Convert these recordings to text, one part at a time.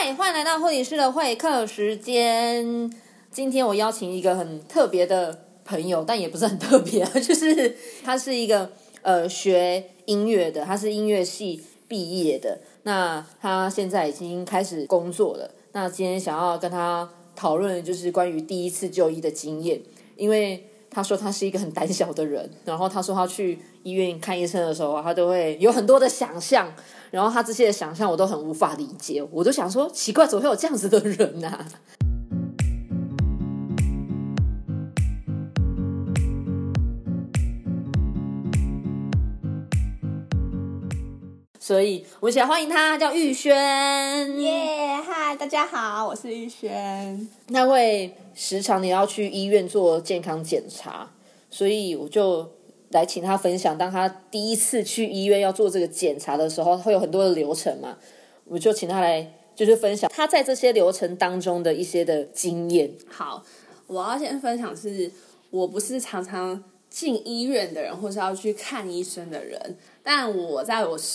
嗨，欢迎来到护理师的会客时间。今天我邀请一个很特别的朋友，但也不是很特别，就是他是一个学音乐的，他是音乐系毕业的。那他现在已经开始工作了。那今天想要跟他讨论的就是关于第一次就医的经验，因为他说他是一个很胆小的人，然后他说他去医院看医生的时候他都会有很多的想象，然后他这些的想象我都很无法理解，我都想说奇怪，怎么会有这样子的人啊？所以我们一起来欢迎他，叫玉轩。 耶，嗨，大家好，我是玉轩。 他会时常也要去医院做健康检查，所以我就来请他分享，当他第一次去医院要做这个检查的时候，会有很多的流程嘛，我就请他来就是分享他在这些流程当中的一些的经验。 好，我要先分享是，我不是常常进医院的人，或是要去看医生的人。但我在我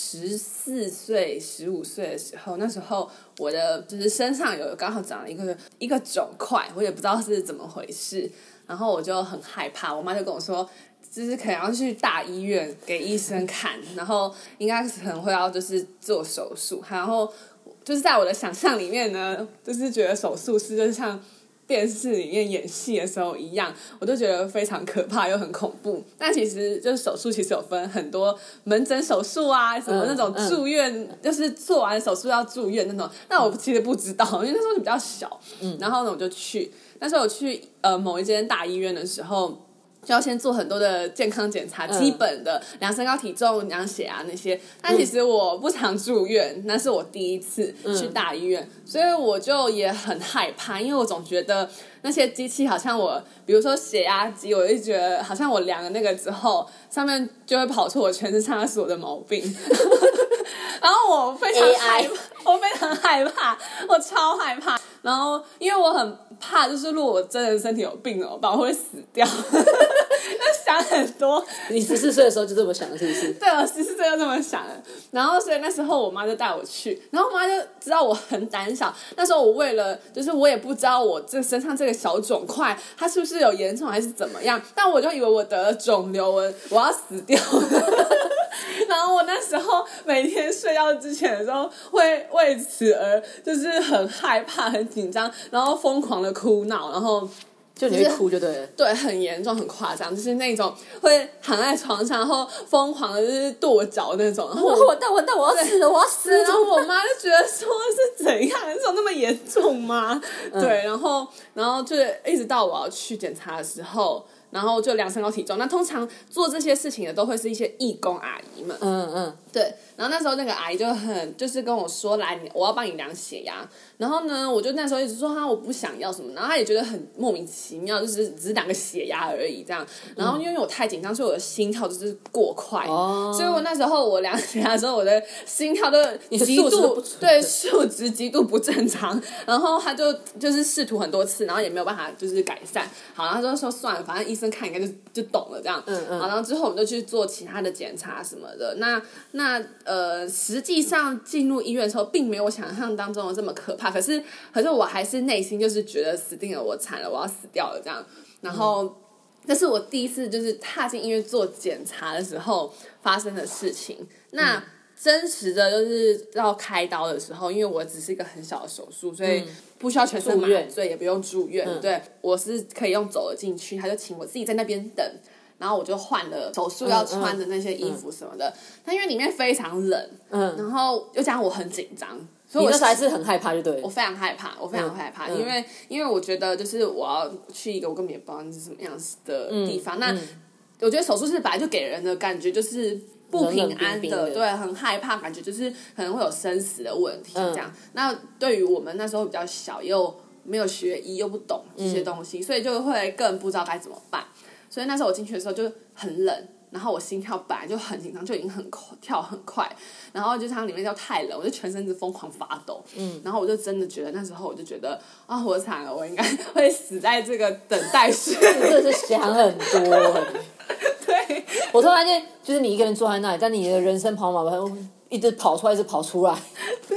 14岁、15岁的时候，那时候我的就是身上有刚好长了一个肿块，我也不知道是怎么回事，然后我就很害怕，我妈就跟我说，就是可能要去大医院给医生看，然后应该可能会要就是做手术，然后就是在我的想象里面呢，就是觉得手术是就是像电视里面演戏的时候一样，我就觉得非常可怕又很恐怖。但其实就是手术其实有分很多门诊手术啊，什么那种住院，就是做完手术要住院那种。那我其实不知道，因为那时候比较小。然后呢，我就去。那时候我去某一间大医院的时候，就要先做很多的健康检查，基本的量身高体重、量血压那些。但其实我不常住院，那是我第一次去大医院，所以我就也很害怕，因为我总觉得那些机器好像我，比如说血压机，我就觉得好像我量了那个之后，上面就会跑出我全身上下所有的毛病。然后我非常害怕，我非常害怕，我超害怕。然后因为我很怕，就是如果我真的身体有病怎么办？我会死掉。就想很多。 你14岁的时候就这么想的，是不是？ 对，我14岁就这么想的。然后所以那时候我妈就带我去，然后我妈就知道我很胆小。那时候我为了就是我也不知道我这身上这个小肿块它是不是有严重还是怎么样，但我就以为我得了肿瘤，我要死掉了。然后我那时候每天睡觉之前的时候会为此而就是很害怕很紧张，然后疯狂的哭闹，然后就你会哭就对了， 对，很严重很夸张，就是那种会躺在床上然后疯狂的就是跺脚那种，然后完蛋，我要死了，我要死了。 然后我妈就觉得说是怎样，有那么严重吗？对，然后就一直到我要去检查的时候，然后就量身高体重。那通常做这些事情的都会是一些义工阿姨们，对。然后那时候那个阿姨就是跟我说，来，我要帮你量血压。然后呢，我就那时候一直说我不想要什么，然后她也觉得很莫名其妙，就是只是量个血压而已这样。然后因为我太紧张，所以我的心跳就是过快，所以我那时候我量血压的时候，我的心跳都极度对数值极度不正常。然后他就是试图很多次，然后也没有办法就是改善。好，然后他就说算了，反正医生看应该就懂了这样。好，然后之后我们就去做其他的检查什么的。那实际上进入医院的时候，并没有我想象当中的这么可怕。可是我还是内心就是觉得死定了，我惨了，我要死掉了这样。然后，这是我第一次就是踏进医院做检查的时候发生的事情。那真实的就是要开刀的时候，因为我只是一个很小的手术，所以不需要全身麻醉，也不用住院。对，我是可以用走了进去，他就请我自己在那边等。然后我就换了手术要穿的那些衣服什么的，但因为里面非常冷，然后又加上我很紧张，所以我那时候还是很害怕，就对了。 我非常害怕，因为我觉得就是我要去一个我根本也不知道是什么样子的地方。那我觉得手术室本来就给人的感觉就是不平安的，对，很害怕，感觉就是可能会有生死的问题这样。那对于我们那时候比较小，又没有学医，又不懂这些东西，所以就会更不知道该怎么办。所以那时候我进去的时候就很冷，然后我心跳本来就很紧张，就已经跳很快，然后就它里面又太冷，我就全身一直疯狂发抖。然后我就真的觉得那时候我就觉得我惨了，我应该会死在这个等待室。 真的是想很多。 对， 我突然间就是你一个人坐在那里，但你的人生跑马灯一直跑出来，一直跑出来。 对，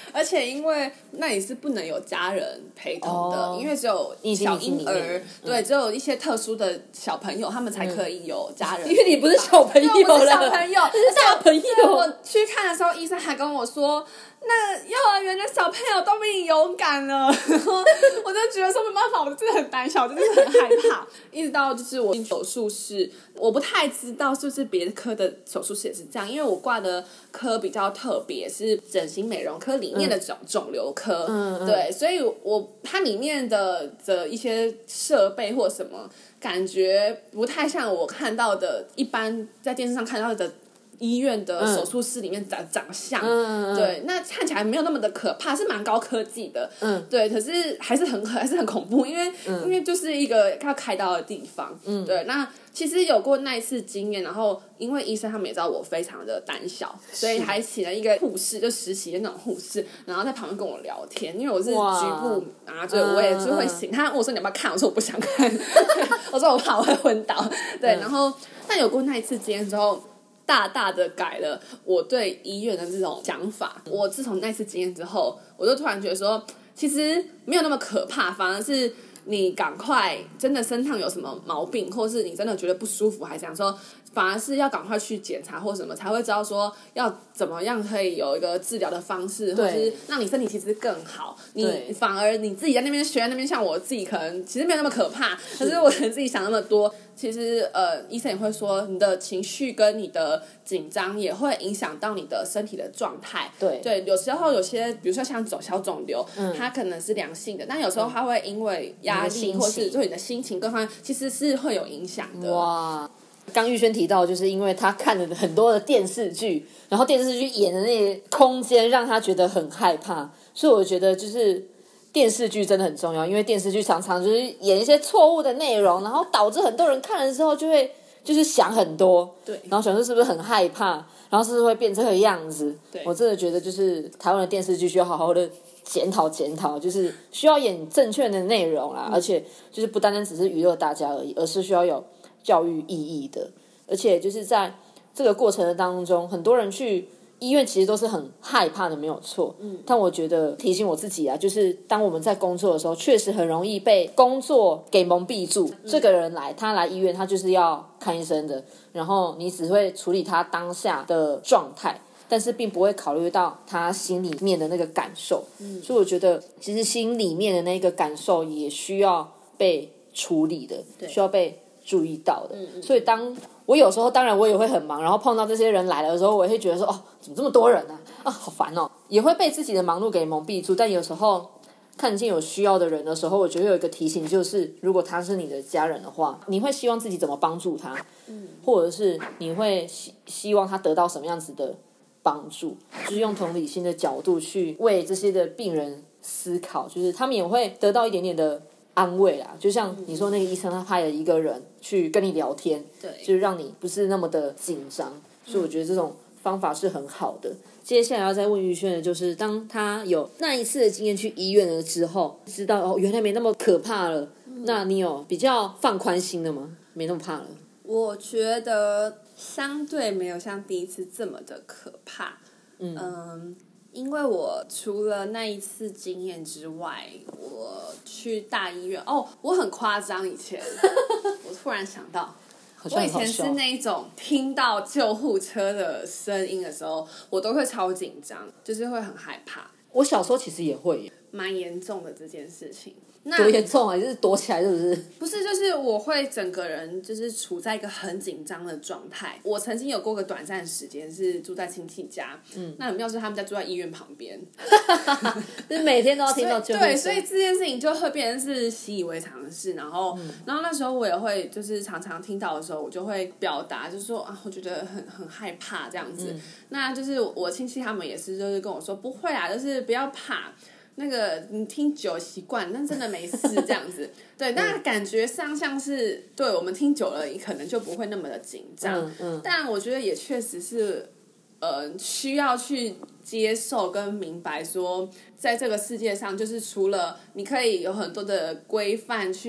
而且因为那里是不能有家人陪同的，因为只有小婴儿，对，只有一些特殊的小朋友，他们才可以有家人。 因为你不是小朋友了， 小朋友， 这是大朋友。 我去看的时候，医生还跟我说，那幼儿园的小朋友都比你勇敢了。然后我就觉得说没办法，我真的很胆小，真的很害怕。一直到就是我进手术室，我不太知道是不是别的科的手术室也是这样，因为我挂的科比较特别，是整形美容科里面的肿瘤科，对，所以它里面的一些设备或什么，感觉不太像我看到的一般在电视上看到的医院的手术室里面长相，对，那看起来没有那么的可怕，是蛮高科技的，对，可是还是很恐怖，因为就是一个要开刀的地方，对，那其实有过那一次经验，然后因为医生他们也知道我非常的胆小，所以还请了一个护士，就实习的那种护士，然后在旁边跟我聊天，因为我是局部麻醉，我也是会醒。他问我说你要不要看，我说我不想看，我说我怕我会昏倒，对，然后但有过那一次经验之后，大大的改了我对医院的这种想法。我自从那次经验之后，我就突然觉得说，其实没有那么可怕，反而是你赶快真的身上有什么毛病，或是你真的觉得不舒服，还想说，反而是要赶快去检查或什么，才会知道说要怎么样可以有一个治疗的方式，或是让你身体其实更好。你反而你自己在那边学，在那边像我自己可能其实没有那么可怕，可是我可能自己想那么多。其实医生也会说，你的情绪跟你的紧张也会影响到你的身体的状态。对，有时候有些，比如说像小肿瘤，它可能是良性的，但有时候它会因为压力或是对你的心情各方面，其实是会有影响的。 哇！刚玉轩提到，就是因为他看了很多的电视剧，然后电视剧演的那些空间让他觉得很害怕，所以我觉得就是电视剧真的很重要，因为电视剧常常就是演一些错误的内容，然后导致很多人看了之后就会就是想很多， 对， 然后想说是不是很害怕，然后是不是会变这个样子。 对， 我真的觉得就是台湾的电视剧需要好好的检讨，就是需要演正确的内容啦，而且就是不单单只是娱乐大家而已，而是需要有教育意义的。而且就是在这个过程的当中，很多人去医院其实都是很害怕的，没有错。但我觉得提醒我自己啊，就是当我们在工作的时候，确实很容易被工作给蒙蔽住。这个人他来医院，他就是要看医生的，然后你只会处理他当下的状态，但是并不会考虑到他心里面的那个感受。所以我觉得其实心里面的那个感受也需要被处理的，需要被注意到的。所以当我有时候当然我也会很忙，然后碰到这些人来了的时候，我也会觉得说怎么这么多人啊，好烦哦，也会被自己的忙碌给蒙蔽住。但有时候看见有需要的人的时候，我觉得有一个提醒，就是如果他是你的家人的话，你会希望自己怎么帮助他，或者是你会希望他得到什么样子的帮助，就是用同理心的角度去为这些的病人思考，就是他们也会得到一点点的安慰啦。就像你说那个医生，他派了一个人去跟你聊天， 对， 就是让你不是那么的紧张，所以我觉得这种方法是很好的。接下来要再问玉轩的就是，当他有那一次的经验去医院了之后，知道原来没那么可怕了，那你有比较放宽心的吗？没那么怕了？ 我觉得相对没有像第一次这么的可怕。因为我除了那一次经验之外，我去大医院我很夸张。以前我突然想到，我以前是那一种听到救护车的声音的时候，我都会超紧张，就是会很害怕。 我小时候其实也会， 蛮严重的这件事情。 多严重啊？就是躲起来是不是？ 不是，就是我会整个人就是处在一个很紧张的状态。我曾经有过个短暂时间是住在亲戚家，那很妙是他们家住在医院旁边， 就是每天都要听到救护车。 对，所以这件事情就会变成是习以为常的事。然后那时候我也会就是常常听到的时候，我就会表达，就是说我觉得很害怕这样子。那就是我亲戚他们也是，就是跟我说不会啦，就是不要怕。那个你听久习惯，但真的没事这样子。对，那感觉上像是对我们听久了，可能就不会那么的紧张。但我觉得也确实是，需要去接受跟明白说，在这个世界上，就是除了你可以有很多的规范去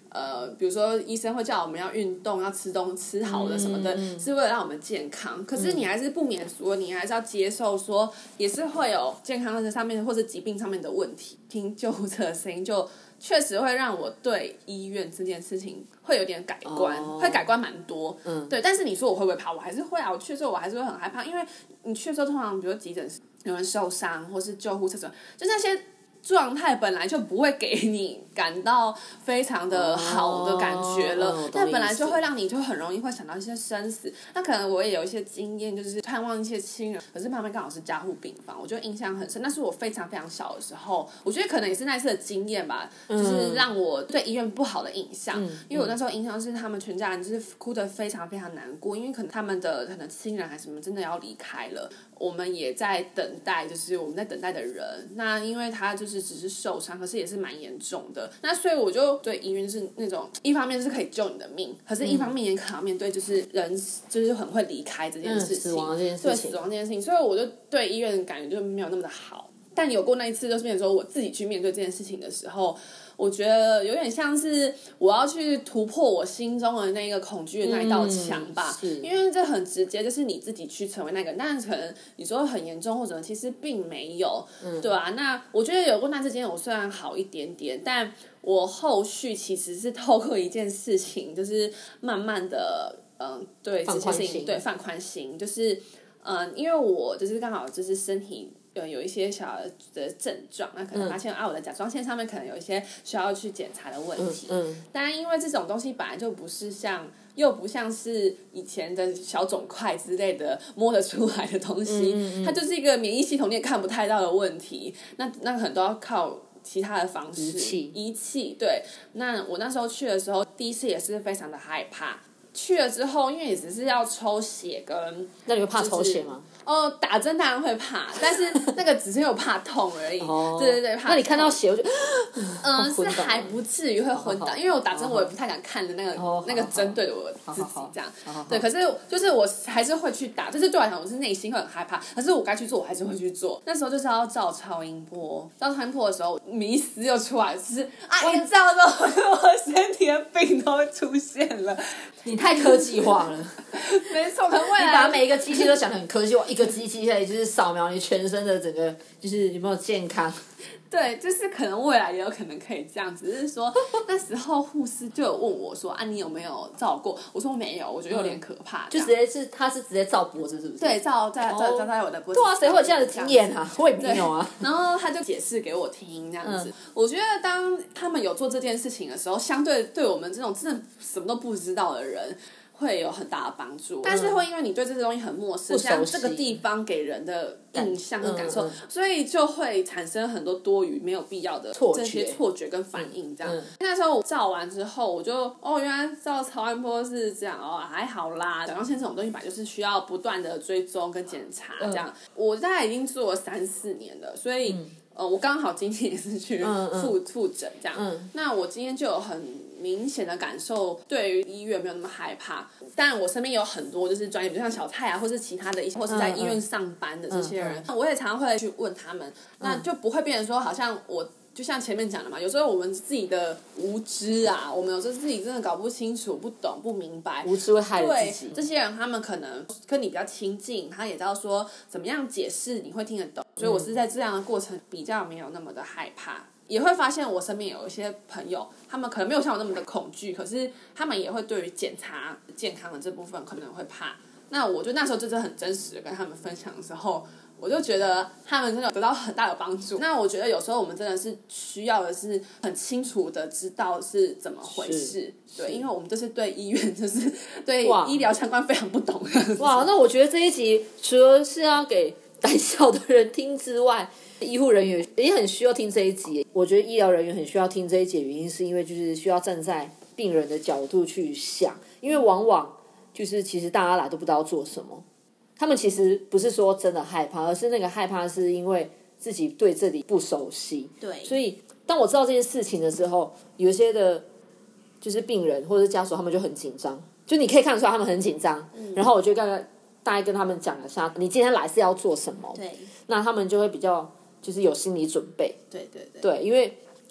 比如说医生会叫我们要运动，要吃好的什么的，是为了让我们健康。可是你还是不免俗，你还是要接受说，也是会有健康的上面或者疾病上面的问题。听救护车的声音，就确实会让我对医院这件事情会有点改观，会改观蛮多。对。但是你说我会不会怕？我还是会啊。我去的时候我还是会很害怕，因为你去的时候通常比如说急诊室有人受伤，或是救护车什么，就那些状态本来就不会给你感到非常的好的感觉了，但本来就会让你就很容易会想到一些生死。那可能我也有一些经验，就是探望一些亲人，可是旁边刚好是加护病房，我就印象很深。那是我非常非常小的时候，我觉得可能也是那次的经验吧，就是让我对医院不好的印象。因为我那时候印象是他们全家人就是哭得非常非常难过，因为可能他们的亲人还是什么真的要离开了。我们也在等待，就是我们在等待的人。那因为他就是只是受伤，可是也是蛮严重的。那所以我就对医院就是那种，一方面是可以救你的命，可是一方面也可能要面对就是人就是很会离开这件事情， 死亡这件事情， 对死亡这件事情。所以我就对医院的感觉就没有那么的好。但有过那一次，就是变成说我自己去面对这件事情的时候，我觉得有点像是我要去突破我心中的那个恐惧的那一道墙吧，因为这很直接，就是你自己去成为那个人，但是可能你说很严重或者其实并没有，对啊。那我觉得有过那次经验，我虽然好一点点，但我后续其实是透过一件事情，就是慢慢的，对这件事情，对放宽心，就是因为我就是刚好就是身体。有一些小的症状，那可能发现我的甲状腺上面可能有一些需要去检查的问题。当然，因为这种东西本来就不是又不像是以前的小肿块之类的摸得出来的东西，它就是一个免疫系统你也看不太到的问题。那可能都要靠其他的方式，仪器。对，那我那时候去的时候，第一次也是非常的害怕。去了之后，因为也只是要抽血跟， 那你会怕抽血吗？ 打针当然会怕，但是那个只是有怕痛而已。对，怕痛。 那你看到血，我就是还不至于会昏倒，因为我打针我也不太敢看的那个针对着我自己这样。对，可是就是我还是会去打，就是对我来讲，我是内心会很害怕，可是我该去做我还是会去做。那时候就是要照超音波，照超音波的时候迷思又出来，就是你照之后我身体的病都会出现了。 你太科技化了， 没错，可能未来你把每一个机器都想得很科技化，一个机器可以就是扫描你全身的整个，就是有没有健康。 对，就是可能未来也有可能可以这样子，只是说那时候护士就有问我说你有没有照过？我说没有，我觉得有点可怕。 就直接他是直接照脖子是不是？ 对，照在我的脖子。 对啊，谁会有这样的经验啊？我也没有啊。 然后他就解释给我听这样子。我觉得当他们有做这件事情的时候，相对对我们这种真的什么都不知道的人。会有很大的帮助，但是会因为你对这些东西很陌生，像这个地方给人的印象跟感受，所以就会产生很多多余没有必要的这些错觉跟反应。这样，那时候我照完之后，我就原来照超音波是这样还好啦。甲状腺这种东西本来就是需要不断的追踪跟检查，这样。我大概已经做了3-4年了，所以我刚好今天也是去复诊这样。那我今天就有很明显的感受，对于医院没有那么害怕。但我身边有很多就是专业，比如像小蔡或是其他的一些，或是在医院上班的这些人，我也常常会去问他们，那就不会变成说好像我。就像前面讲的嘛，有时候我们自己的无知啊，我们有时候自己真的搞不清楚、不懂、不明白， 无知会害了自己。 这些人他们可能跟你比较亲近，他也知道说怎么样解释你会听得懂，所以我是在这样的过程比较没有那么的害怕。也会发现我身边有一些朋友，他们可能没有像我那么的恐惧，可是他们也会对于检查健康的这部分可能会怕。那我就那时候真的很真实的跟他们分享的时候，我就觉得他们真的得到很大的帮助。那我觉得有时候我们真的是需要的是很清楚的知道是怎么回事，对，因为我们就是对医院就是对医疗相关非常不懂。 哇，那我觉得这一集除了是要给胆小的人听之外，医护人员也很需要听这一集。我觉得医疗人员很需要听这一集的原因是因为就是需要站在病人的角度去想，因为往往就是其实大家来都不知道做什么，他们其实不是说真的害怕，而是那个害怕是因为自己对这里不熟悉。 对， 所以当我知道这件事情的时候，有一些的就是病人或者是家属他们就很紧张，就你可以看得出来他们很紧张，然后我就大概跟他们讲一下你今天来是要做什么， 对， 那他们就会比较就是有心理准备。 对， 对，因为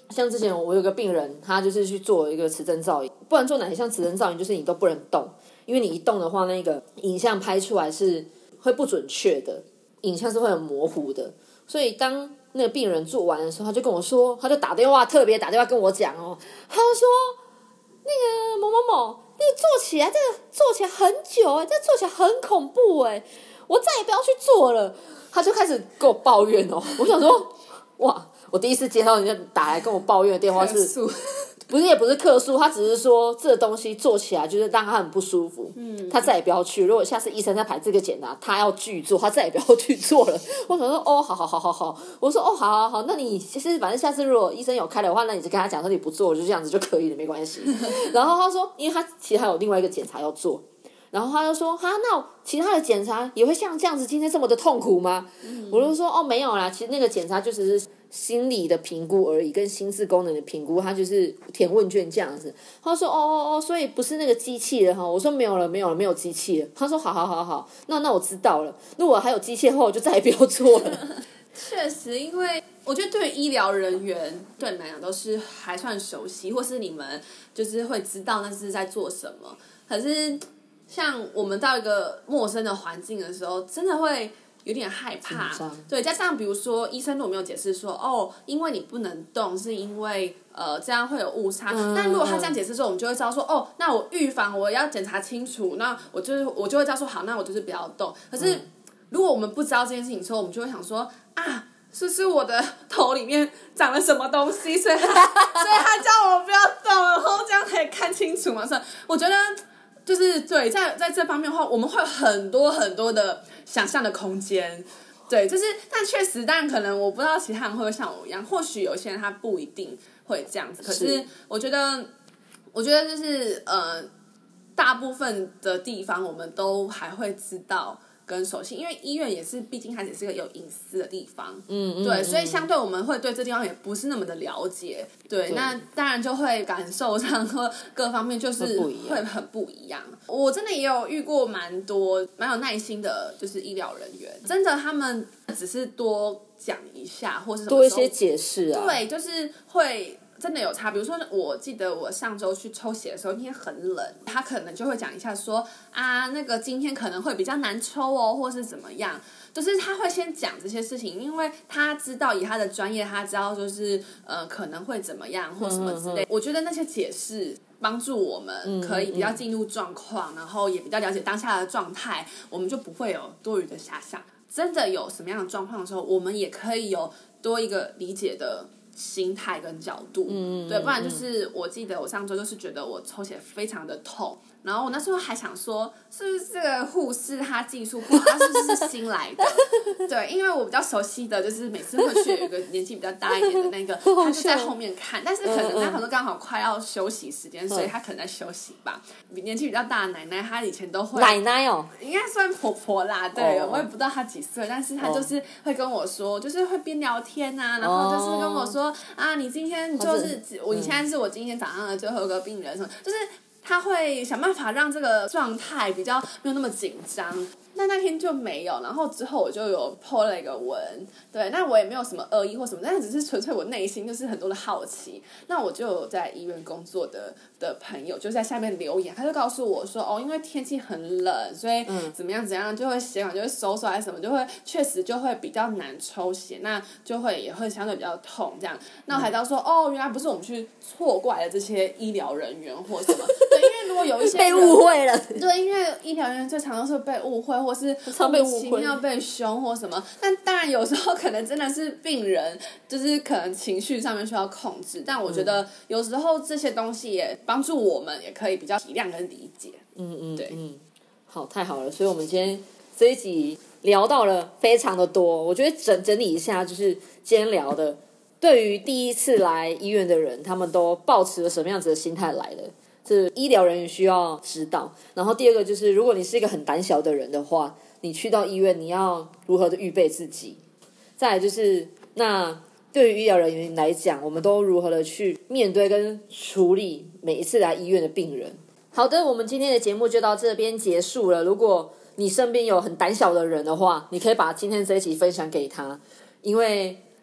像之前我有个病人，他就是去做一个磁振造影，不然做哪些像磁振造影，就是你都不能动，因为你一动的话，那个影像拍出来是会不准确的，影像是会很模糊的。所以当那个病人做完的时候，他就跟我说，他就特别打电话跟我讲哦，他就说那个某某某，那个做起来很久这做起来很恐怖我再也不要去做了。他就开始跟我抱怨哦，我想说，哇，我第一次接到人家打来跟我抱怨的电话是，也不是客诉，他只是说这个东西做起来就是让他很不舒服，他再也不要去。如果下次医生再排这个检查，他要拒做，他再也不要去做了。我想说，哦，好，我说哦，好，那你其实反正下次如果医生有开的话，那你就跟他讲说你不做，就这样子就可以了，没关系。然后他说，因为他其实还有另外一个检查要做。然后他就说，那其他的检查也会像这样子今天这么的痛苦吗？我就说，哦，没有啦，其实那个检查就只是心理的评估而已，跟心智功能的评估，它就是填问卷这样子。他说，哦，所以不是那个机器了哈。我说没有了，没有机器了。他说，好，那我知道了。如果还有机器的话，我就再也不要做了。 确实，因为我觉得对于医疗人员对你们来讲都是还算熟悉，或是你们就是会知道那是在做什么。可是像我们到一个陌生的环境的时候，真的会有点害怕。对，加上比如说医生如果没有解释说，哦，因为你不能动，是因为这样会有误差。但如果他这样解释之后，我们就会知道说，哦，那我预防我要检查清楚，那我就会知道说，好，那我就是不要动。可是如果我们不知道这件事情的时候，我们就会想说，啊，是不是我的头里面长了什么东西，所以他叫我不要动，然后这样可以看清楚嘛？所以我觉得。就是对，在这方面的话，我们会有很多的想象的空间。对，就是但确实，当然可能我不知道其他人会不会像我一样，或许有些人他不一定会这样子。可是我觉得就是大部分的地方我们都还会知道。跟熟悉，因为医院也是，毕竟它也是个有隐私的地方，对，所以相对我们会对这地方也不是那么的了解，对，那当然就会感受上和各方面就是会很不一样。我真的也有遇过蛮有耐心的，就是医疗人员，真的他们只是多讲一下，或是什么多一些解释啊， 对，就是会。真的有差，比如说，我记得我上周去抽血的时候，那天很冷，他可能就会讲一下说啊，那个今天可能会比较难抽哦，或是怎么样，就是他会先讲这些事情，因为他知道以他的专业，他知道就是可能会怎么样或什么之类。我觉得那些解释帮助我们可以比较进入状况，然后也比较了解当下的状态，我们就不会有多余的遐想。真的有什么样的状况的时候，我们也可以有多一个理解的心态跟角度，对，不然就是我记得我上周就是觉得我抽血非常的痛，然后我那时候还想说，是不是这个护士他技术不好，他是不是新来的？对，因为我比较熟悉的就是每次会去有一个年纪比较大一点的那个，他就在后面看，但是可能他可能刚好快要休息时间，所以他可能在休息吧。年纪比较大的奶奶，她以前都会奶奶哦， 应该算婆婆啦，对，我也不知道她几岁，但是她就是会跟我说，就是会边聊天啊，然后就是跟我说啊，你今天就是你现在是我今天早上的最后一个病人，什么就是。他会想办法让这个状态比较没有那么紧张。那天就没有，然后之后我就有 po 了一个文，对，那我也没有什么恶意或什么，但是只是纯粹我内心就是很多的好奇。那我就有在医院工作的朋友就在下面留言，他就告诉我说，哦，因为天气很冷，所以怎么样就会血管就会收缩还是什么，就会确实就会比较难抽血，那就会也会相对比较痛这样。那我才知道说，哦，原来不是我们去错怪了这些医疗人员或什么，对，因为如果有一些被误会了， 对，因为医疗人员最常都是被误会。或是莫名其妙被凶或什么，但当然有时候可能真的是病人，就是可能情绪上面需要控制。但我觉得有时候这些东西也帮助我们，也可以比较体谅跟理解。对， 好，太好了。所以我们今天这一集聊到了非常的多，我觉得整理一下，就是今天聊的，对于第一次来医院的人，他们都抱持了什么样子的心态来的？是医疗人员需要知道。然后第二个就是，如果你是一个很胆小的人的话，你去到医院，你要如何的预备自己？再来就是，那对于医疗人员来讲，我们都如何的去面对跟处理每一次来医院的病人？好的，我们今天的节目就到这边结束了。如果你身边有很胆小的人的话，你可以把今天这一集分享给他，因为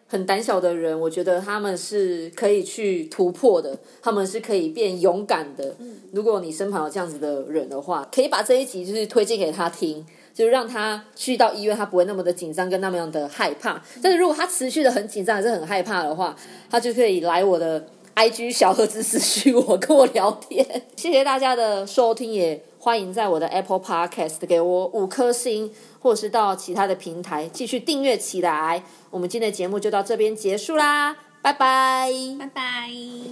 很胆小的人，我觉得他们是可以去突破的，他们是可以变勇敢的。如果你身旁有这样子的人的话，可以把这一集就是推荐给他听，就让他去到医院，他不会那么的紧张跟那么的害怕。但是如果他持续的很紧张还是很害怕的话，他就可以来我的 IG 小盒子私讯我，跟我聊天。谢谢大家的收听，也欢迎在我的 Apple Podcast 给我5颗星，或者是到其他的平台继续订阅起来。我们今天的节目就到这边结束啦，拜拜， 拜拜。